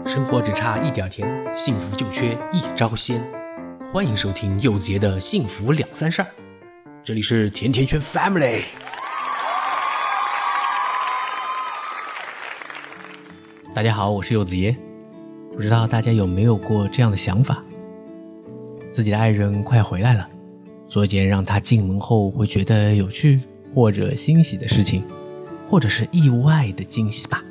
生活只差一点甜，幸福就缺一招鲜。欢迎收听柚子爷的幸福两三事儿，这里是甜甜圈 Family。大家好，我是柚子爷。不知道大家有没有过这样的想法，自己的爱人快回来了，做一件让他进门后会觉得有趣或者欣喜的事情，或者是意外的惊喜吧。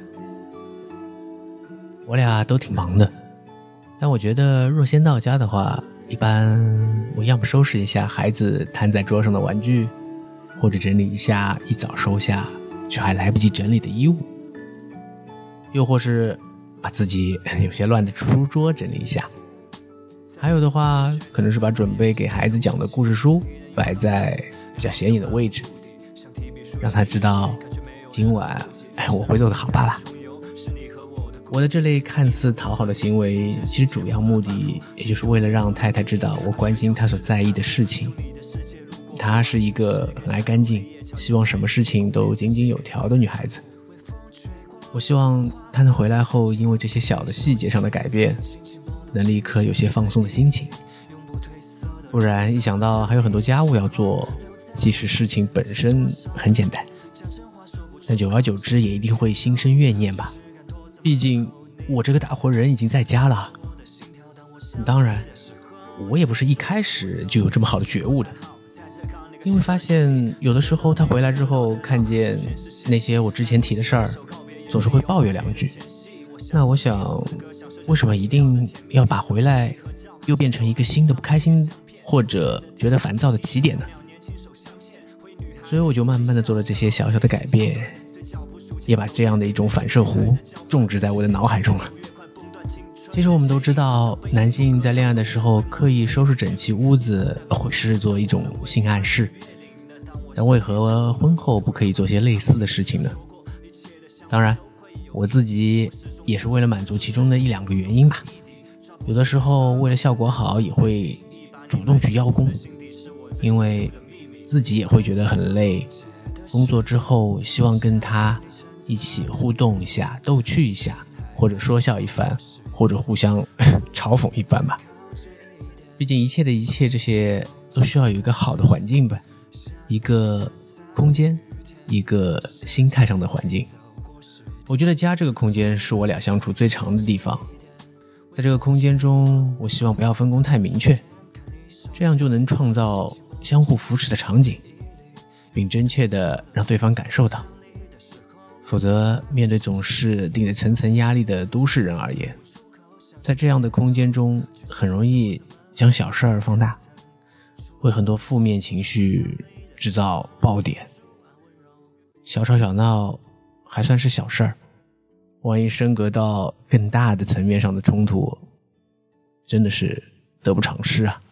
我俩都挺忙的，但我觉得若先到家的话，一般我要么收拾一下孩子摊在桌上的玩具，或者整理一下一早收下却还来不及整理的衣物，又或是把自己有些乱的书桌整理一下，还有的话可能是把准备给孩子讲的故事书摆在比较显眼的位置，让他知道今晚我会做个好爸爸。我的这类看似讨好的行为，其实主要目的也就是为了让太太知道我关心她所在意的事情。她是一个很爱干净，希望什么事情都井井有条的女孩子。我希望她能回来后，因为这些小的细节上的改变，能立刻有些放松的心情。不然一想到还有很多家务要做，即使事情本身很简单，但久而久之也一定会心生怨念吧。毕竟我这个大活人已经在家了。当然我也不是一开始就有这么好的觉悟的，因为发现有的时候他回来之后看见那些我之前提的事儿，总是会抱怨两句。那我想，为什么一定要把回来又变成一个新的不开心或者觉得烦躁的起点呢？所以我就慢慢的做了这些小小的改变，也把这样的一种反射弧种植在我的脑海中了。其实我们都知道，男性在恋爱的时候刻意收拾整齐屋子会视作一种性暗示，但为何婚后不可以做些类似的事情呢？当然我自己也是为了满足其中的一两个原因吧，有的时候为了效果好也会主动去邀功，因为自己也会觉得很累，工作之后希望跟他一起互动一下，逗趣一下，或者说笑一番，或者互相嘲讽一番吧。毕竟一切的一切，这些都需要有一个好的环境吧，一个空间，一个心态上的环境。我觉得家这个空间是我俩相处最长的地方，在这个空间中，我希望不要分工太明确，这样就能创造相互扶持的场景，并真切地让对方感受到。否则面对总是顶着层层压力的都市人而言，在这样的空间中很容易将小事儿放大，会很多负面情绪制造爆点。小吵小闹还算是小事儿，万一升格到更大的层面上的冲突，真的是得不偿失啊。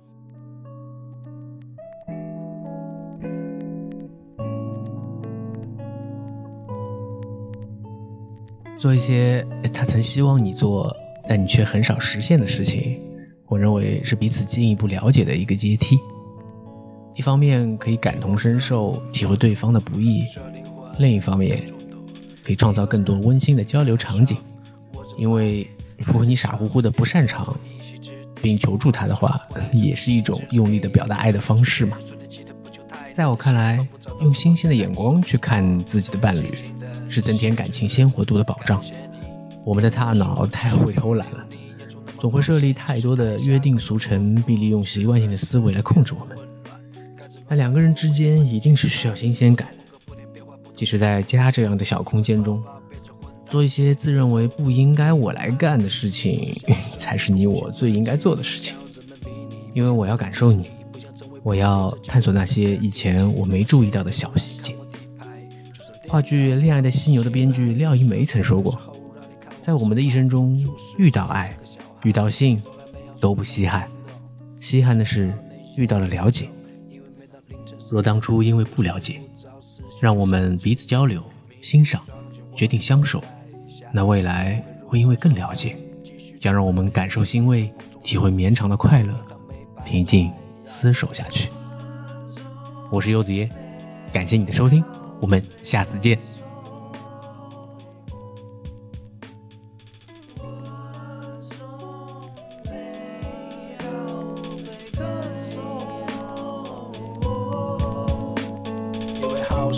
做一些他曾希望你做但你却很少实现的事情，我认为是彼此进一步了解的一个阶梯。一方面可以感同身受，体会对方的不易，另一方面可以创造更多温馨的交流场景。因为如果你傻乎乎的不擅长并求助他的话，也是一种用力的表达爱的方式嘛。在我看来，用新鲜的眼光去看自己的伴侣，是增添感情鲜活度的保障。我们的大脑太会偷懒了，总会设立太多的约定俗成，并利用习惯性的思维来控制我们。那两个人之间一定是需要新鲜感，即使在家这样的小空间中，做一些自认为不应该我来干的事情，才是你我最应该做的事情。因为我要感受你，我要探索那些以前我没注意到的小细节。话剧《恋爱的犀牛》的编剧廖一梅曾说过，在我们的一生中，遇到爱遇到性都不稀罕，稀罕的是遇到了了解。若当初因为不了解，让我们彼此交流欣赏决定相守，那未来会因为更了解，将让我们感受欣慰，体会绵长的快乐，平静厮守下去。我是柚子爷，感谢你的收听，我们下次见。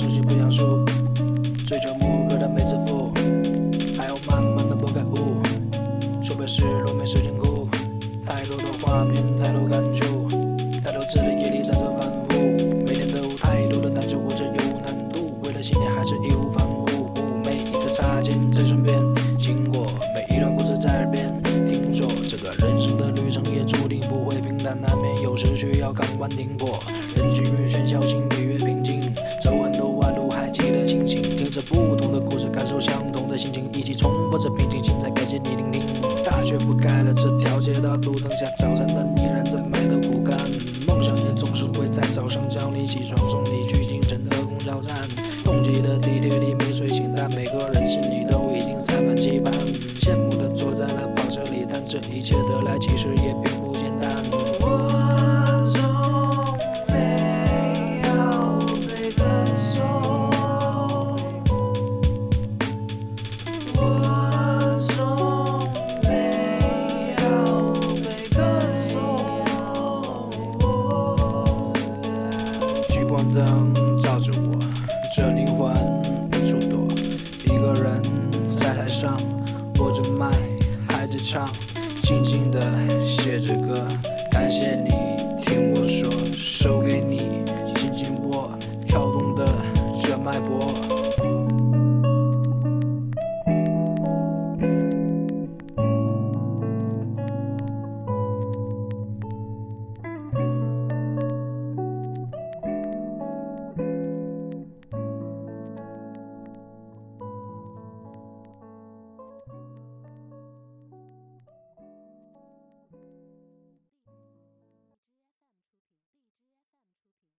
熟悉不想输，追求目标的每次负，还有慢慢的不感悟，除非是路没时间哭，太多的画面，太多感触，太多次的夜里辗转反复，每天都太多的难处或者有难度，为了信念还是义无反顾，每一次擦肩在身边经过，每一段故事在耳边听说，这个人生的旅程也注定不会平淡，难免有时需要港湾停泊，人群越喧嚣，心里越平静，走很多弯路还记得清醒，听着不同的故事，感受相同的心情，一起冲破这平静心，才感谢你聆听。大雪覆盖了这条街道，路灯下早餐灯依然在埋头苦干，梦想也总是会在早上叫你起床，送你去京城的公交站，拥挤的地铁里没睡醒，但每个人心里都已经塞满期盼，羡慕的坐在了跑车里，但这一切得来其实也并不简单。我从没有被跟踪，我从没有被跟踪，聚光灯照着我，这灵魂无处躲，一个人在台上握着麦还在唱，静静的写着歌，感谢你听我说，手给你轻轻握，跳动的这脉搏。